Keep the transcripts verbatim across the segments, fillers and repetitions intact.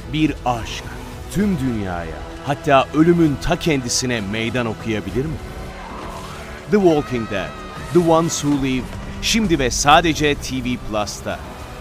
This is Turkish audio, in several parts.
Bir aşk tüm dünyaya, hatta ölümün ta kendisine meydan okuyabilir mi? The Walking Dead, The Ones Who Live, şimdi ve sadece T V Plus'ta.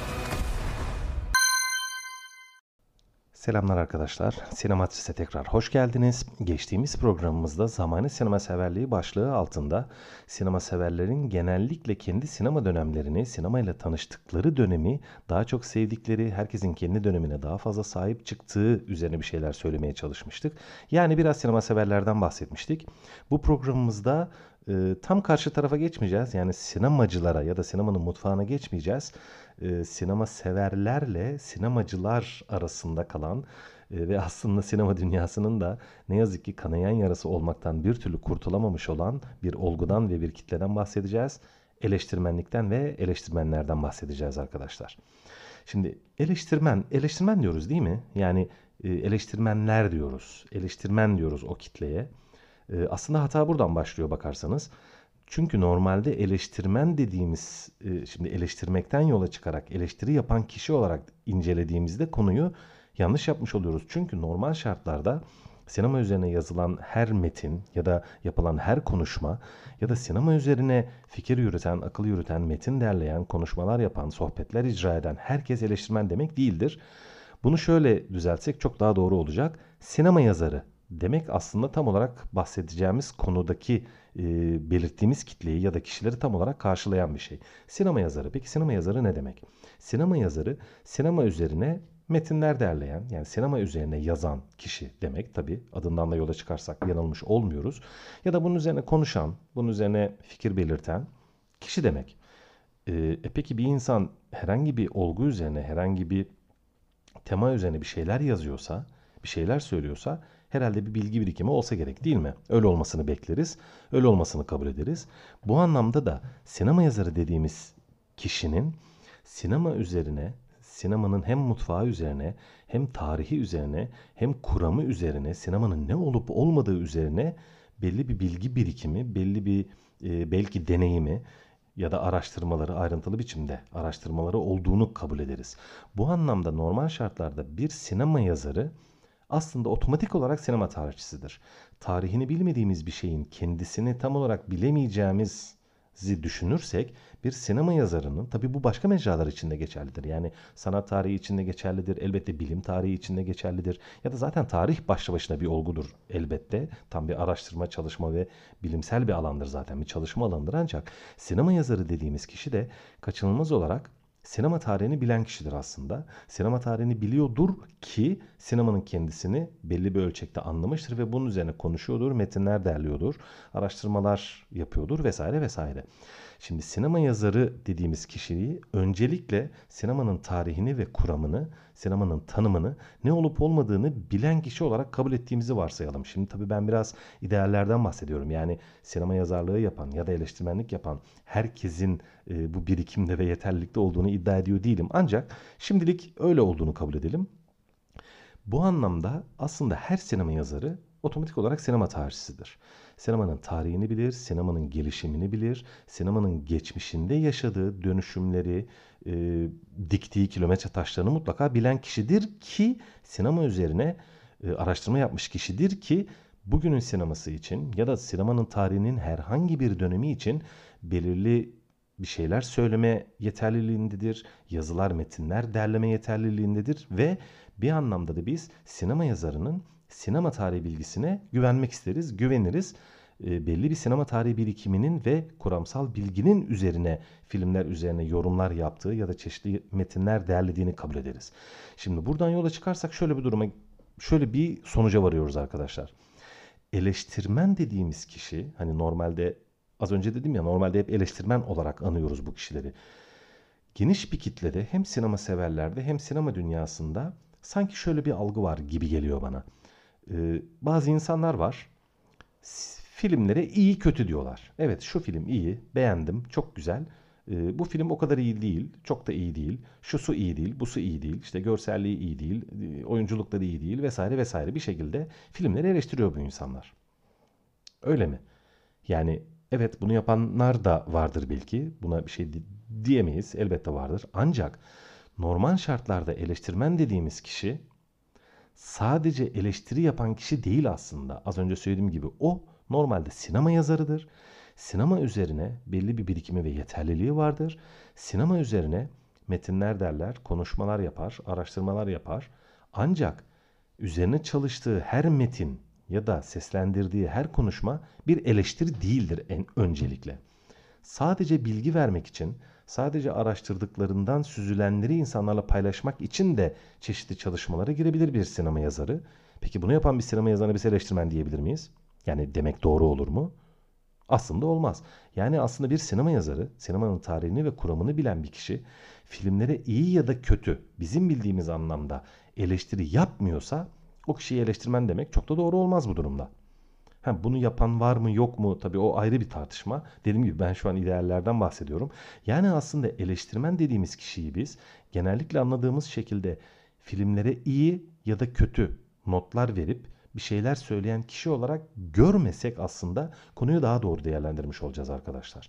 Selamlar arkadaşlar. Sinematris'e tekrar hoş geldiniz. Geçtiğimiz programımızda Zamane Sinema Severliği başlığı altında sinema severlerin genellikle kendi sinema dönemlerini, sinemayla tanıştıkları dönemi daha çok sevdikleri, herkesin kendi dönemine daha fazla sahip çıktığı üzerine bir şeyler söylemeye çalışmıştık. Yani biraz sinema severlerden bahsetmiştik. Bu programımızda e, tam karşı tarafa geçmeyeceğiz. Yani sinemacılara ya da sinemanın mutfağına geçmeyeceğiz. E, sinema severlerle sinemacılar arasında kalan e, ve aslında sinema dünyasının da ne yazık ki kanayan yarası olmaktan bir türlü kurtulamamış olan bir olgudan ve bir kitleden bahsedeceğiz. Eleştirmenlikten ve eleştirmenlerden bahsedeceğiz arkadaşlar. Şimdi eleştirmen, eleştirmen diyoruz değil mi? Yani e, eleştirmenler diyoruz, eleştirmen diyoruz o kitleye. E, aslında hata buradan başlıyor bakarsanız. Çünkü normalde eleştirmen dediğimiz, e, şimdi eleştirmekten yola çıkarak eleştiri yapan kişi olarak incelediğimizde konuyu yanlış yapmış oluyoruz. Çünkü normal şartlarda sinema üzerine yazılan her metin ya da yapılan her konuşma ya da sinema üzerine fikir yürüten, akıl yürüten, metin derleyen, konuşmalar yapan, sohbetler icra eden herkes eleştirmen demek değildir. Bunu şöyle düzeltsek çok daha doğru olacak. Sinema yazarı demek aslında tam olarak bahsedeceğimiz konudaki e, belirttiğimiz kitleyi ya da kişileri tam olarak karşılayan bir şey. Sinema yazarı. Peki sinema yazarı ne demek? Sinema yazarı sinema üzerine metinler derleyen, yani sinema üzerine yazan kişi demek. Tabii adından da yola çıkarsak yanılmış olmuyoruz. Ya da bunun üzerine konuşan, bunun üzerine fikir belirten kişi demek. E, e peki bir insan herhangi bir olgu üzerine, herhangi bir tema üzerine bir şeyler yazıyorsa, bir şeyler söylüyorsa herhalde bir bilgi birikimi olsa gerek değil mi? Öyle olmasını bekleriz, öyle olmasını kabul ederiz. Bu anlamda da sinema yazarı dediğimiz kişinin sinema üzerine, sinemanın hem mutfağı üzerine, hem tarihi üzerine, hem kuramı üzerine, sinemanın ne olup olmadığı üzerine belli bir bilgi birikimi, belli bir e, belki deneyimi ya da araştırmaları, ayrıntılı biçimde araştırmaları olduğunu kabul ederiz. Bu anlamda normal şartlarda bir sinema yazarı aslında otomatik olarak sinema tarihçisidir. Tarihini bilmediğimiz bir şeyin kendisini tam olarak bilemeyeceğimizi düşünürsek bir sinema yazarının, tabii bu başka mecralar için de geçerlidir. Yani sanat tarihi için de geçerlidir, elbette bilim tarihi için de geçerlidir. Ya da zaten tarih başlı başına bir olgudur elbette. Tam bir araştırma, çalışma ve bilimsel bir alandır zaten, bir çalışma alanıdır. Ancak sinema yazarı dediğimiz kişi de kaçınılmaz olarak sinema tarihini bilen kişidir aslında. Sinema tarihini biliyordur ki sinemanın kendisini belli bir ölçekte anlamıştır ve bunun üzerine konuşuyordur, metinler derliyordur, araştırmalar yapıyordur vesaire vesaire. Şimdi sinema yazarı dediğimiz kişiyi öncelikle sinemanın tarihini ve kuramını, sinemanın tanımını, ne olup olmadığını bilen kişi olarak kabul ettiğimizi varsayalım. Şimdi tabii ben biraz ideallerden bahsediyorum. Yani sinema yazarlığı yapan ya da eleştirmenlik yapan herkesin e, bu birikimde ve yeterlilikte olduğunu iddia ediyor değilim. Ancak şimdilik öyle olduğunu kabul edelim. Bu anlamda aslında her sinema yazarı otomatik olarak sinema tarihçisidir. Sinemanın tarihini bilir, sinemanın gelişimini bilir, sinemanın geçmişinde yaşadığı dönüşümleri, e, diktiği kilometre taşlarını mutlaka bilen kişidir ki sinema üzerine e, araştırma yapmış kişidir ki bugünün sineması için ya da sinemanın tarihinin herhangi bir dönemi için belirli bir şeyler söyleme yeterliliğindedir, yazılar, metinler derleme yeterliliğindedir ve bir anlamda da biz sinema yazarının sinema tarihi bilgisine güvenmek isteriz, güveniriz. E, belli bir sinema tarihi birikiminin ve kuramsal bilginin üzerine, filmler üzerine yorumlar yaptığı ya da çeşitli metinler derlediğini kabul ederiz. Şimdi buradan yola çıkarsak şöyle bir duruma, şöyle bir sonuca varıyoruz arkadaşlar. Eleştirmen dediğimiz kişi, hani normalde az önce dedim ya, normalde hep eleştirmen olarak anıyoruz bu kişileri. Geniş bir kitlede hem sinema severlerde hem sinema dünyasında sanki şöyle bir algı var gibi geliyor bana. Ee, bazı insanlar var, filmlere iyi kötü diyorlar. Evet, şu film iyi, beğendim, çok güzel. Ee, bu film o kadar iyi değil, çok da iyi değil. Şusu iyi değil, busu iyi değil. İşte görselliği iyi değil, oyunculukları iyi değil vesaire vesaire bir şekilde filmleri eleştiriyor bu insanlar. Öyle mi? Yani evet, bunu yapanlar da vardır belki. Buna bir şey diyemeyiz. Elbette vardır. Ancak normal şartlarda eleştirmen dediğimiz kişi sadece eleştiri yapan kişi değil aslında. Az önce söylediğim gibi o normalde sinema yazarıdır. Sinema üzerine belli bir birikimi ve yeterliliği vardır. Sinema üzerine metinler derler, konuşmalar yapar, araştırmalar yapar. Ancak üzerine çalıştığı her metin ya da seslendirdiği her konuşma bir eleştiri değildir en öncelikle. Sadece bilgi vermek için, sadece araştırdıklarından süzülenleri insanlarla paylaşmak için de çeşitli çalışmalara girebilir bir sinema yazarı. Peki bunu yapan bir sinema yazarına biz eleştirmen diyebilir miyiz? Yani demek doğru olur mu? Aslında olmaz. Yani aslında bir sinema yazarı, sinemanın tarihini ve kuramını bilen bir kişi, filmlere iyi ya da kötü, bizim bildiğimiz anlamda eleştiri yapmıyorsa o kişiyi eleştirmen demek çok da doğru olmaz bu durumda. Ha, bunu yapan var mı yok mu? Tabii o ayrı bir tartışma. Dediğim gibi ben şu an ideallerden bahsediyorum. Yani aslında eleştirmen dediğimiz kişiyi biz genellikle anladığımız şekilde filmlere iyi ya da kötü notlar verip bir şeyler söyleyen kişi olarak görmesek aslında konuyu daha doğru değerlendirmiş olacağız arkadaşlar.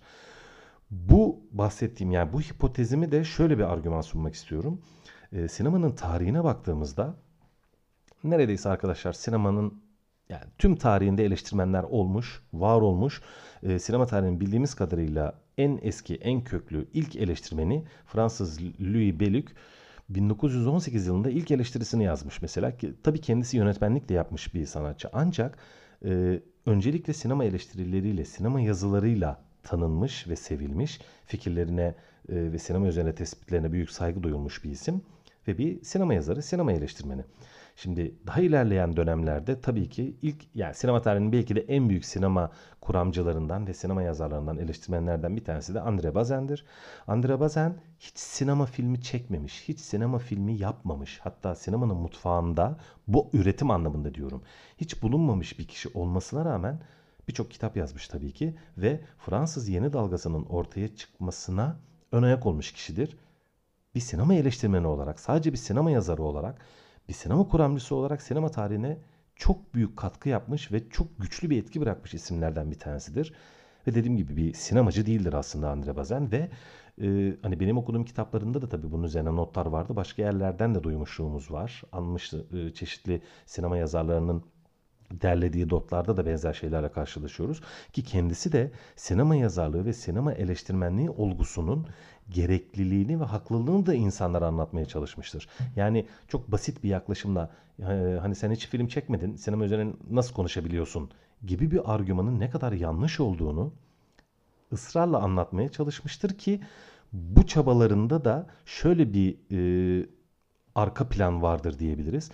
Bu bahsettiğim yani bu hipotezimi de şöyle bir argüman sunmak istiyorum. Ee, sinemanın tarihine baktığımızda neredeyse arkadaşlar sinemanın yani tüm tarihinde eleştirmenler olmuş, var olmuş. Ee, sinema tarihinin bildiğimiz kadarıyla en eski, en köklü ilk eleştirmeni Fransız Louis Belluc bin dokuz yüz on sekiz yılında ilk eleştirisini yazmış mesela. Tabii kendisi yönetmenlik de yapmış bir sanatçı. Ancak e, öncelikle sinema eleştirileriyle, sinema yazılarıyla tanınmış ve sevilmiş. Fikirlerine e, ve sinema üzerine tespitlerine büyük saygı duyulmuş bir isim. Ve bir sinema yazarı, sinema eleştirmeni. Şimdi daha ilerleyen dönemlerde tabii ki ilk yani sinema tarihinin belki de en büyük sinema kuramcılarından ve sinema yazarlarından, eleştirmenlerden bir tanesi de André Bazin'dir. André Bazin hiç sinema filmi çekmemiş, hiç sinema filmi yapmamış. Hatta sinemanın mutfağında bu üretim anlamında diyorum. Hiç bulunmamış bir kişi olmasına rağmen birçok kitap yazmış tabii ki ve Fransız yeni dalgasının ortaya çıkmasına ön ayak olmuş kişidir. Bir sinema eleştirmeni olarak, sadece bir sinema yazarı olarak, bir sinema kuramcısı olarak sinema tarihine çok büyük katkı yapmış ve çok güçlü bir etki bırakmış isimlerden bir tanesidir. Ve dediğim gibi bir sinemacı değildir aslında André Bazin ve e, hani benim okuduğum kitaplarında da tabii bunun üzerine notlar vardı. Başka yerlerden de duymuşluğumuz var. Anmış e, çeşitli sinema yazarlarının derlediği notlarda da benzer şeylerle karşılaşıyoruz. Ki kendisi de sinema yazarlığı ve sinema eleştirmenliği olgusunun gerekliliğini ve haklılığını da insanlara anlatmaya çalışmıştır. Yani çok basit bir yaklaşımla hani sen hiç film çekmedin, sinema üzerine nasıl konuşabiliyorsun gibi bir argümanın ne kadar yanlış olduğunu ısrarla anlatmaya çalışmıştır ki bu çabalarında da şöyle bir e, arka plan vardır diyebiliriz.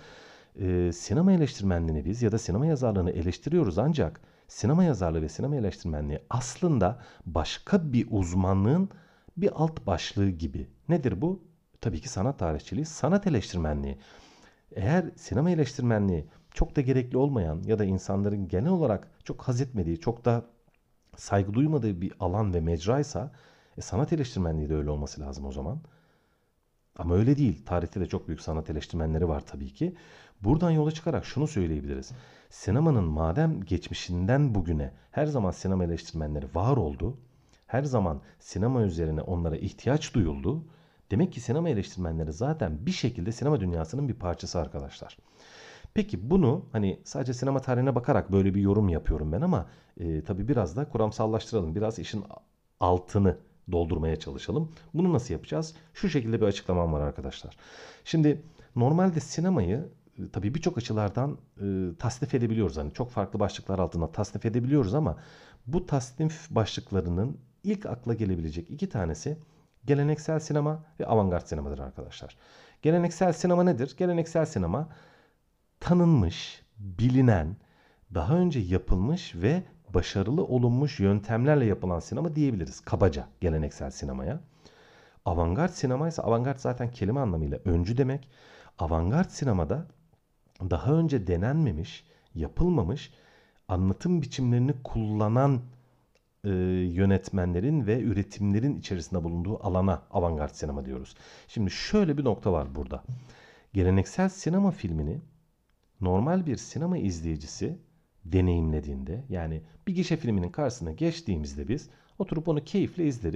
E, sinema eleştirmenliğini biz ya da sinema yazarlığını eleştiriyoruz ancak sinema yazarlığı ve sinema eleştirmenliği aslında başka bir uzmanlığın bir alt başlığı gibi. Nedir bu? Tabii ki sanat tarihçiliği, sanat eleştirmenliği. Eğer sinema eleştirmenliği çok da gerekli olmayan ya da insanların genel olarak çok haz etmediği, çok da saygı duymadığı bir alan ve mecraysa e, sanat eleştirmenliği de öyle olması lazım o zaman. Ama öyle değil. Tarihte de çok büyük sanat eleştirmenleri var tabii ki. Buradan yola çıkarak şunu söyleyebiliriz. Sinemanın madem geçmişinden bugüne her zaman sinema eleştirmenleri var oldu, her zaman sinema üzerine onlara ihtiyaç duyuldu. Demek ki sinema eleştirmenleri zaten bir şekilde sinema dünyasının bir parçası arkadaşlar. Peki bunu hani sadece sinema tarihine bakarak böyle bir yorum yapıyorum ben ama e, tabii biraz da kuramsallaştıralım. Biraz işin altını doldurmaya çalışalım. Bunu nasıl yapacağız? Şu şekilde bir açıklamam var arkadaşlar. Şimdi normalde sinemayı e, tabii birçok açılardan e, tasnif edebiliyoruz. Hani çok farklı başlıklar altında tasnif edebiliyoruz ama bu tasnif başlıklarının ilk akla gelebilecek iki tanesi geleneksel sinema ve avantgard sinemadır arkadaşlar. Geleneksel sinema nedir? Geleneksel sinema tanınmış, bilinen, daha önce yapılmış ve başarılı olunmuş yöntemlerle yapılan sinema diyebiliriz kabaca geleneksel sinemaya. Avantgard sinema ise avantgard zaten kelime anlamıyla öncü demek. Avantgard sinemada daha önce denenmemiş, yapılmamış anlatım biçimlerini kullanan e, yönetmenlerin ve üretimlerin içerisinde bulunduğu alana avantgard sinema diyoruz. Şimdi şöyle bir nokta var burada. Geleneksel sinema filmini normal bir sinema izleyicisi deneyimlediğinde yani bir gişe filminin karşısına geçtiğimizde biz oturup onu keyifle izleriz.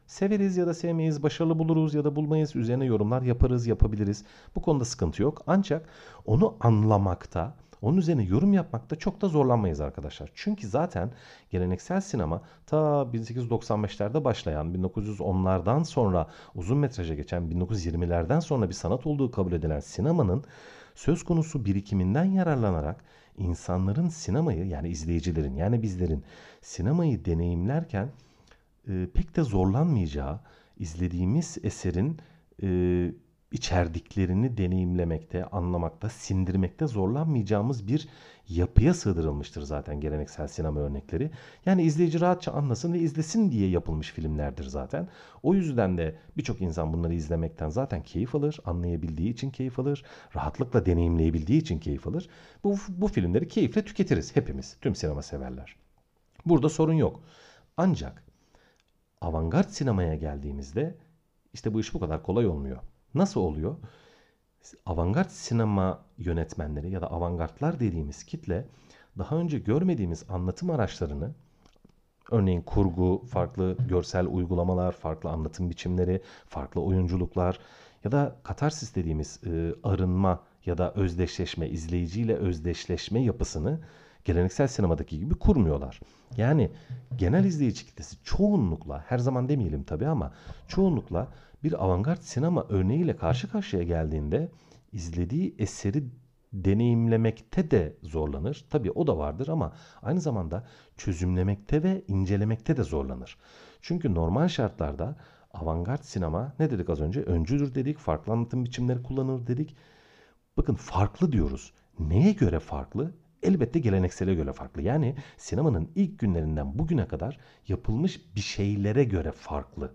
Severiz ya da sevmeyiz, başarılı buluruz ya da bulmayız, üzerine yorumlar yaparız, yapabiliriz. Bu konuda sıkıntı yok. Ancak onu anlamakta, onun üzerine yorum yapmakta çok da zorlanmayız arkadaşlar. Çünkü zaten geleneksel sinema ta bin sekiz yüz doksan beşlerde başlayan, bin dokuz yüz onlardan sonra uzun metraja geçen, bin dokuz yüz yirmilerden sonra bir sanat olduğu kabul edilen sinemanın söz konusu birikiminden yararlanarak insanların sinemayı, yani izleyicilerin, yani bizlerin sinemayı deneyimlerken e, pek de zorlanmayacağı, izlediğimiz eserin e, içerdiklerini deneyimlemekte, anlamakta, sindirmekte zorlanmayacağımız bir yapıya sığdırılmıştır zaten geleneksel sinema örnekleri. Yani izleyici rahatça anlasın ve izlesin diye yapılmış filmlerdir zaten. O yüzden de birçok insan bunları izlemekten zaten keyif alır, anlayabildiği için keyif alır, rahatlıkla deneyimleyebildiği için keyif alır. Bu, bu filmleri keyifle tüketiriz hepimiz, tüm sinema severler. Burada sorun yok. Ancak avantgard sinemaya geldiğimizde işte bu iş bu kadar kolay olmuyor. Nasıl oluyor? Avantgard sinema yönetmenleri ya da avantgardlar dediğimiz kitle daha önce görmediğimiz anlatım araçlarını, örneğin kurgu, farklı görsel uygulamalar, farklı anlatım biçimleri, farklı oyunculuklar ya da katarsis dediğimiz e, arınma ya da özdeşleşme, izleyiciyle özdeşleşme yapısını geleneksel sinemadaki gibi kurmuyorlar. Yani genel izleyici kitlesi çoğunlukla, her zaman demeyelim tabii ama çoğunlukla bir avantgard sinema örneğiyle karşı karşıya geldiğinde izlediği eseri deneyimlemekte de zorlanır. Tabii o da vardır ama aynı zamanda çözümlemekte ve incelemekte de zorlanır. Çünkü normal şartlarda avantgard sinema, ne dedik az önce? Öncüdür dedik, farklı anlatım biçimleri kullanır dedik. Bakın, farklı diyoruz. Neye göre farklı? Elbette geleneksele göre farklı. Yani sinemanın ilk günlerinden bugüne kadar yapılmış bir şeylere göre farklı.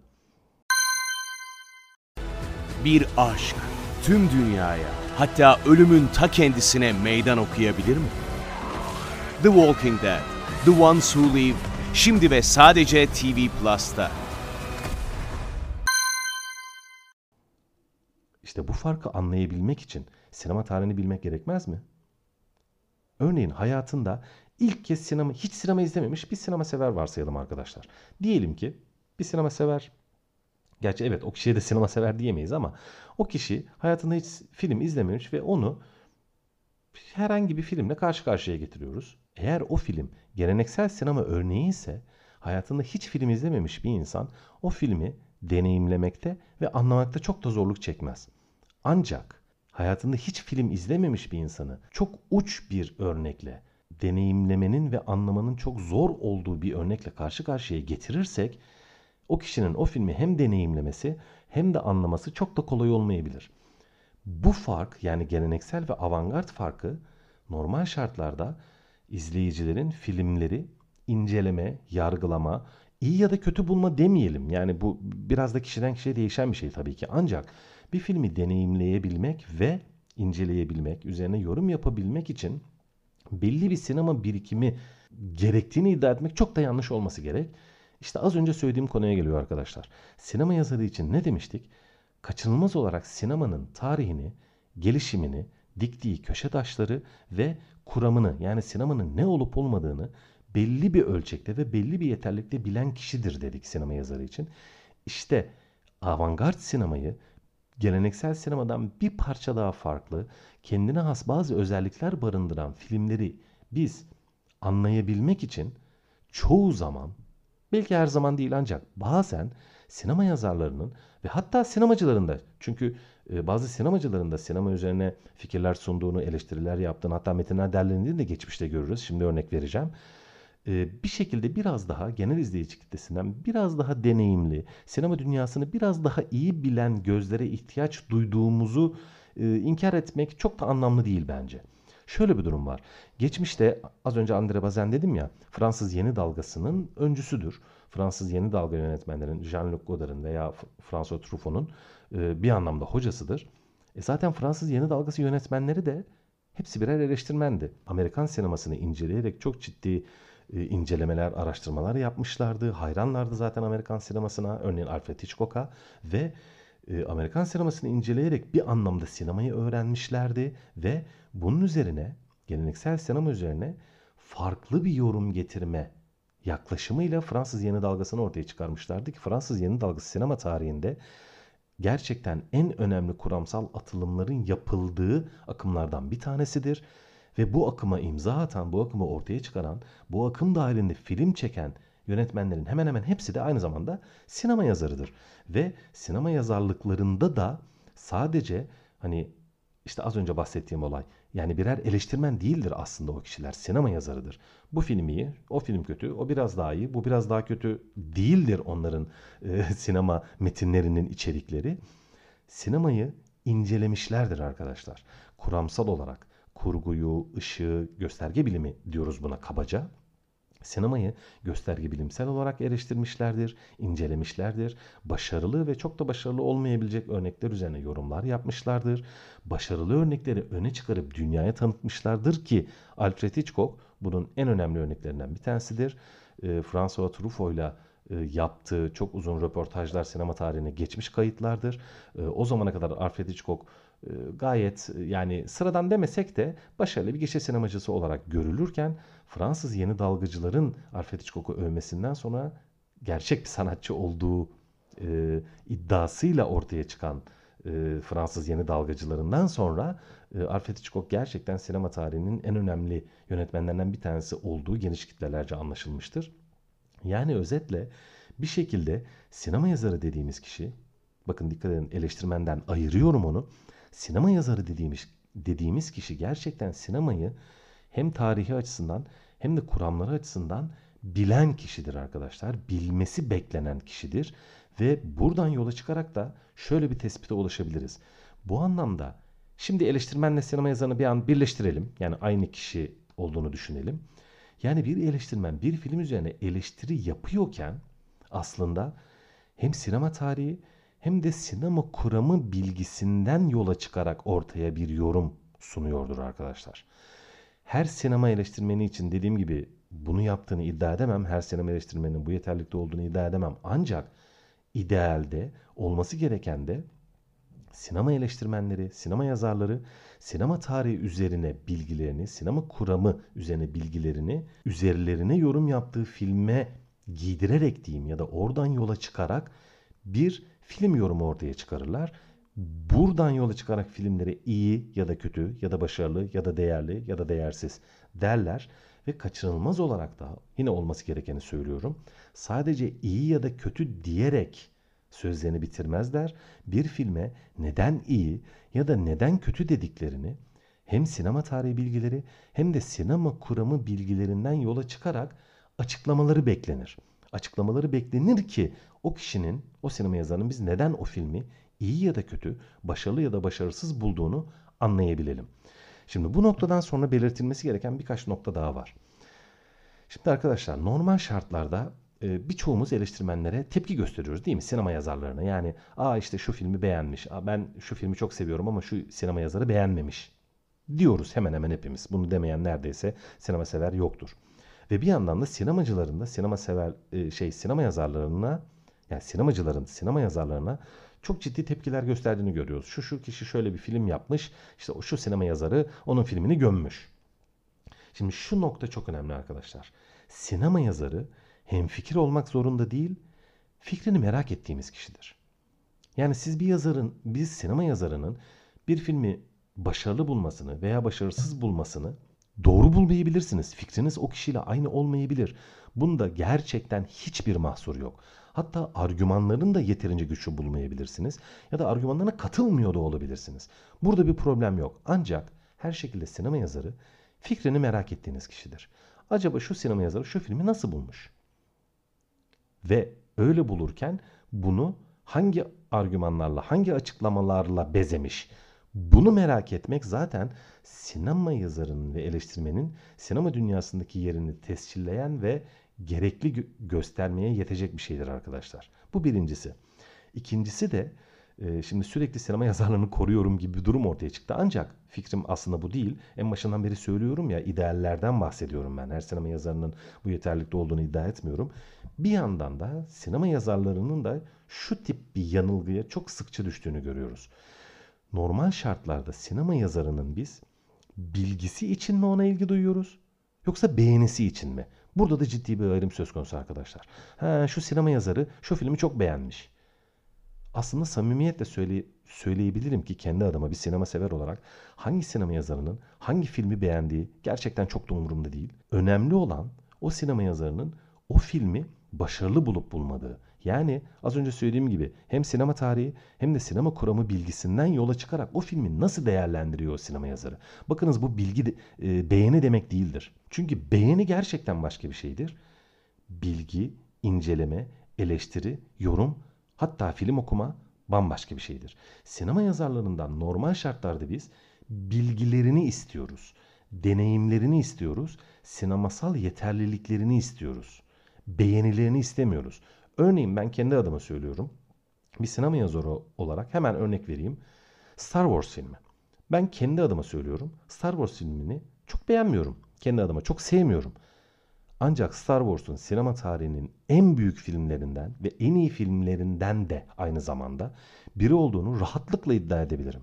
Bir aşk tüm dünyaya, hatta ölümün ta kendisine meydan okuyabilir mi? The Walking Dead, The Ones Who Live, şimdi ve sadece T V Plus'ta. İşte bu farkı anlayabilmek için sinema tarihini bilmek gerekmez mi? Örneğin hayatında ilk kez sinema, hiç sinema izlememiş bir sinema sever varsayalım arkadaşlar. Diyelim ki bir sinema sever, gerçi evet o kişiye de sinema sever diyemeyiz ama o kişi hayatında hiç film izlememiş ve onu herhangi bir filmle karşı karşıya getiriyoruz. Eğer o film geleneksel sinema örneği ise hayatında hiç film izlememiş bir insan o filmi deneyimlemekte ve anlamakta çok da zorluk çekmez. Ancak hayatında hiç film izlememiş bir insanı çok uç bir örnekle, deneyimlemenin ve anlamanın çok zor olduğu bir örnekle karşı karşıya getirirsek o kişinin o filmi hem deneyimlemesi hem de anlaması çok da kolay olmayabilir. Bu fark, yani geleneksel ve avantgard farkı, normal şartlarda izleyicilerin filmleri inceleme, yargılama, iyi ya da kötü bulma demeyelim. Yani bu biraz da kişiden kişiye değişen bir şey tabii ki. Ancak bir filmi deneyimleyebilmek ve inceleyebilmek, üzerine yorum yapabilmek için belli bir sinema birikimi gerektiğini iddia etmek çok da yanlış olması gerek. İşte az önce söylediğim konuya geliyor arkadaşlar. Sinema yazarı için ne demiştik? Kaçınılmaz olarak sinemanın tarihini, gelişimini, diktiği köşe taşları ve kuramını, yani sinemanın ne olup olmadığını belli bir ölçekte ve belli bir yeterlilikte bilen kişidir dedik sinema yazarı için. İşte avantgard sinemayı geleneksel sinemadan bir parça daha farklı, kendine has bazı özellikler barındıran filmleri biz anlayabilmek için çoğu zaman, belki her zaman değil ancak bazen sinema yazarlarının ve hatta sinemacıların da, çünkü bazı sinemacıların da sinema üzerine fikirler sunduğunu, eleştiriler yaptığını, hatta metinler derlendiğini de geçmişte görürüz. Şimdi örnek vereceğim. Bir şekilde biraz daha genel izleyici kitlesinden biraz daha deneyimli, sinema dünyasını biraz daha iyi bilen gözlere ihtiyaç duyduğumuzu inkar etmek çok da anlamlı değil bence. Şöyle bir durum var. Geçmişte az önce André Bazin dedim ya, Fransız yeni dalgasının öncüsüdür. Fransız yeni dalga yönetmenlerin Jean-Luc Godard'ın veya François Truffaut'un bir anlamda hocasıdır. E zaten Fransız yeni dalgası yönetmenleri de hepsi birer eleştirmendi. Amerikan sinemasını inceleyerek çok ciddi incelemeler, araştırmalar yapmışlardı. Hayranlardı zaten Amerikan sinemasına, örneğin Alfred Hitchcock'a ve Amerikan sinemasını inceleyerek bir anlamda sinemayı öğrenmişlerdi ve bunun üzerine, geleneksel sinema üzerine farklı bir yorum getirme yaklaşımıyla Fransız yeni dalgasını ortaya çıkarmışlardı ki Fransız yeni dalgası sinema tarihinde gerçekten en önemli kuramsal atılımların yapıldığı akımlardan bir tanesidir. Ve bu akıma imza atan, bu akımı ortaya çıkaran, bu akım dahilinde film çeken yönetmenlerin hemen hemen hepsi de aynı zamanda sinema yazarıdır. Ve sinema yazarlıklarında da sadece hani işte az önce bahsettiğim olay, yani birer eleştirmen değildir aslında o kişiler, sinema yazarıdır. Bu film iyi, o film kötü, o biraz daha iyi, bu biraz daha kötü değildir onların e, sinema metinlerinin içerikleri. Sinemayı incelemişlerdir arkadaşlar. Kuramsal olarak kurguyu, ışığı, gösterge bilimi diyoruz buna kabaca. Sinemayı gösterge bilimsel olarak eleştirmişlerdir, incelemişlerdir. Başarılı ve çok da başarılı olmayabilecek örnekler üzerine yorumlar yapmışlardır. Başarılı örnekleri öne çıkarıp dünyaya tanıtmışlardır ki Alfred Hitchcock bunun en önemli örneklerinden bir tanesidir. E, François Truffaut'la e, yaptığı çok uzun röportajlar sinema tarihine geçmiş kayıtlardır. E, o zamana kadar Alfred Hitchcock e, gayet e, yani sıradan demesek de başarılı bir gişe sinemacısı olarak görülürken Fransız yeni dalgıcıların Alfred Hitchcock'u övmesinden sonra gerçek bir sanatçı olduğu e, iddiasıyla ortaya çıkan e, Fransız yeni dalgacılarından sonra e, Alfred Hitchcock gerçekten sinema tarihinin en önemli yönetmenlerinden bir tanesi olduğu geniş kitlelerce anlaşılmıştır. Yani özetle bir şekilde sinema yazarı dediğimiz kişi, bakın dikkat edin eleştirmenden ayırıyorum onu. Sinema yazarı dediğimiz dediğimiz kişi gerçekten sinemayı hem tarihi açısından hem de kuramları açısından bilen kişidir arkadaşlar. Bilmesi beklenen kişidir ve buradan yola çıkarak da şöyle bir tespite ulaşabiliriz. Bu anlamda şimdi eleştirmenle sinema yazarını bir an birleştirelim. Yani aynı kişi olduğunu düşünelim. Yani bir eleştirmen bir film üzerine eleştiri yapıyorken aslında hem sinema tarihi hem de sinema kuramı bilgisinden yola çıkarak ortaya bir yorum sunuyordur arkadaşlar. Her sinema eleştirmeni için dediğim gibi bunu yaptığını iddia edemem. Her sinema eleştirmeninin bu yeterlilikte olduğunu iddia edemem. Ancak idealde olması gereken de sinema eleştirmenleri, sinema yazarları sinema tarihi üzerine bilgilerini, sinema kuramı üzerine bilgilerini üzerlerine yorum yaptığı filme giydirerek diyeyim ya da oradan yola çıkarak bir film yorumu ortaya çıkarırlar. Buradan yola çıkarak filmleri iyi ya da kötü ya da başarılı ya da değerli ya da değersiz derler ve kaçınılmaz olarak da yine olması gerekeni söylüyorum. Sadece iyi ya da kötü diyerek sözlerini bitirmezler. Bir filme neden iyi ya da neden kötü dediklerini hem sinema tarihi bilgileri hem de sinema kuramı bilgilerinden yola çıkarak açıklamaları beklenir. Açıklamaları beklenir ki o kişinin, o sinema yazarının biz neden o filmi iyi ya da kötü, başarılı ya da başarısız bulduğunu anlayabilelim. Şimdi bu noktadan sonra belirtilmesi gereken birkaç nokta daha var. Şimdi arkadaşlar normal şartlarda e, birçoğumuz eleştirmenlere tepki gösteriyoruz değil mi? Sinema yazarlarına. Yani aa işte şu filmi beğenmiş, aa ben şu filmi çok seviyorum ama şu sinema yazarı beğenmemiş diyoruz hemen hemen hepimiz. Bunu demeyen neredeyse sinema sever yoktur. Ve bir yandan da sinemacıların da sinema sever e, şey sinema yazarlarına yani sinemacıların sinema yazarlarına çok ciddi tepkiler gösterdiğini görüyoruz. Şu şu kişi şöyle bir film yapmış. İşte o şu sinema yazarı onun filmini gömmüş. Şimdi şu nokta çok önemli arkadaşlar. Sinema yazarı hemfikir olmak zorunda değil, fikrini merak ettiğimiz kişidir. Yani siz bir yazarın, bir sinema yazarının bir filmi başarılı bulmasını veya başarısız bulmasını doğru bulmayabilirsiniz. Fikriniz o kişiyle aynı olmayabilir. Bunda gerçekten hiçbir mahsur yok. Hatta argümanlarını da yeterince güçlü bulmayabilirsiniz. Ya da argümanlarına katılmıyor da olabilirsiniz. Burada bir problem yok. Ancak her şekilde sinema yazarı fikrini merak ettiğiniz kişidir. Acaba şu sinema yazarı şu filmi nasıl bulmuş? Ve öyle bulurken bunu hangi argümanlarla, hangi açıklamalarla bezemiş? Bunu merak etmek zaten sinema yazarının ve eleştirmenin sinema dünyasındaki yerini tescilleyen ve gerekli gö- göstermeye yetecek bir şeydir arkadaşlar. Bu birincisi. İkincisi de e, şimdi sürekli sinema yazarlarını koruyorum gibi bir durum ortaya çıktı. Ancak fikrim aslında bu değil. En başından beri söylüyorum ya ideallerden bahsediyorum ben. Her sinema yazarının bu yeterlilikte olduğunu iddia etmiyorum. Bir yandan da sinema yazarlarının da şu tip bir yanılgıya çok sıkça düştüğünü görüyoruz. Normal şartlarda sinema yazarının biz bilgisi için mi ona ilgi duyuyoruz? Yoksa beğenisi için mi? Burada da ciddi bir ayrım söz konusu arkadaşlar. Ha, şu sinema yazarı şu filmi çok beğenmiş. Aslında samimiyetle söyle, söyleyebilirim ki kendi adıma bir sinema sever olarak hangi sinema yazarının hangi filmi beğendiği gerçekten çok da umurumda değil. Önemli olan o sinema yazarının o filmi başarılı bulup bulmadığı. Yani az önce söylediğim gibi hem sinema tarihi hem de sinema kuramı bilgisinden yola çıkarak o filmi nasıl değerlendiriyor o sinema yazarı. Bakınız bu bilgi de, e, beğeni demek değildir. Çünkü beğeni gerçekten başka bir şeydir. Bilgi, inceleme, eleştiri, yorum, hatta film okuma bambaşka bir şeydir. Sinema yazarlarından normal şartlarda biz bilgilerini istiyoruz, deneyimlerini istiyoruz, sinemasal yeterliliklerini istiyoruz. Beğenilerini istemiyoruz. Örneğin ben kendi adıma söylüyorum. Bir sinema yazarı olarak hemen örnek vereyim. Star Wars filmi. Ben kendi adıma söylüyorum. Star Wars filmini çok beğenmiyorum. Kendi adıma çok sevmiyorum. Ancak Star Wars'un sinema tarihinin en büyük filmlerinden ve en iyi filmlerinden de aynı zamanda biri olduğunu rahatlıkla iddia edebilirim.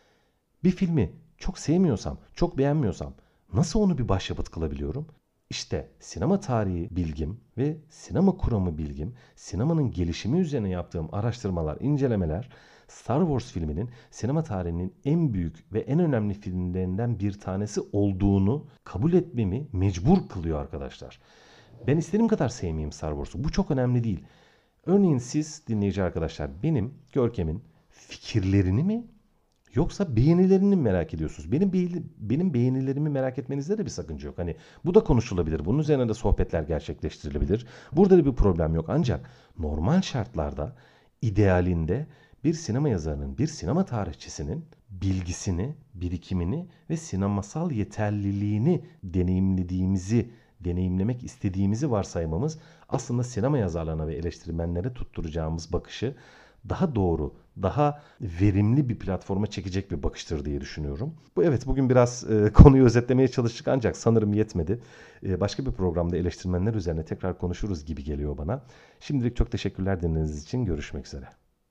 Bir filmi çok sevmiyorsam, çok beğenmiyorsam nasıl onu bir başyapıt kılabiliyorum? İşte sinema tarihi bilgim ve sinema kuramı bilgim, sinemanın gelişimi üzerine yaptığım araştırmalar, incelemeler Star Wars filminin sinema tarihinin en büyük ve en önemli filmlerinden bir tanesi olduğunu kabul etmemi mecbur kılıyor arkadaşlar. Ben istediğim kadar sevmeyeyim Star Wars'u. Bu çok önemli değil. Örneğin siz dinleyici arkadaşlar benim, Görkem'in fikirlerini mi yoksa beğenilerini mi merak ediyorsunuz? Benim beğeni, benim beğenilerimi merak etmenizde de bir sakınca yok. Hani bu da konuşulabilir. Bunun üzerine de sohbetler gerçekleştirilebilir. Burada da bir problem yok. Ancak normal şartlarda, idealinde bir sinema yazarının, bir sinema tarihçisinin bilgisini, birikimini ve sinemasal yeterliliğini deneyimlediğimizi, deneyimlemek istediğimizi varsaymamız aslında sinema yazarlarına ve eleştirmenlere tutturacağımız bakışı daha doğru, daha verimli bir platforma çekecek bir bakıştır diye düşünüyorum. Bu evet bugün biraz e, konuyu özetlemeye çalıştık ancak sanırım yetmedi. E, başka bir programda eleştirmenler üzerine tekrar konuşuruz gibi geliyor bana. Şimdilik çok teşekkürler dinlediğiniz için. Görüşmek üzere.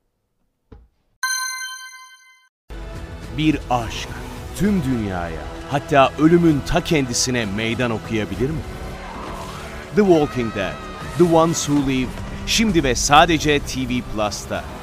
Bir aşk tüm dünyaya, hatta ölümün ta kendisine meydan okuyabilir mi? The Walking Dead, The Ones Who Live, şimdi ve sadece T V Plus'ta.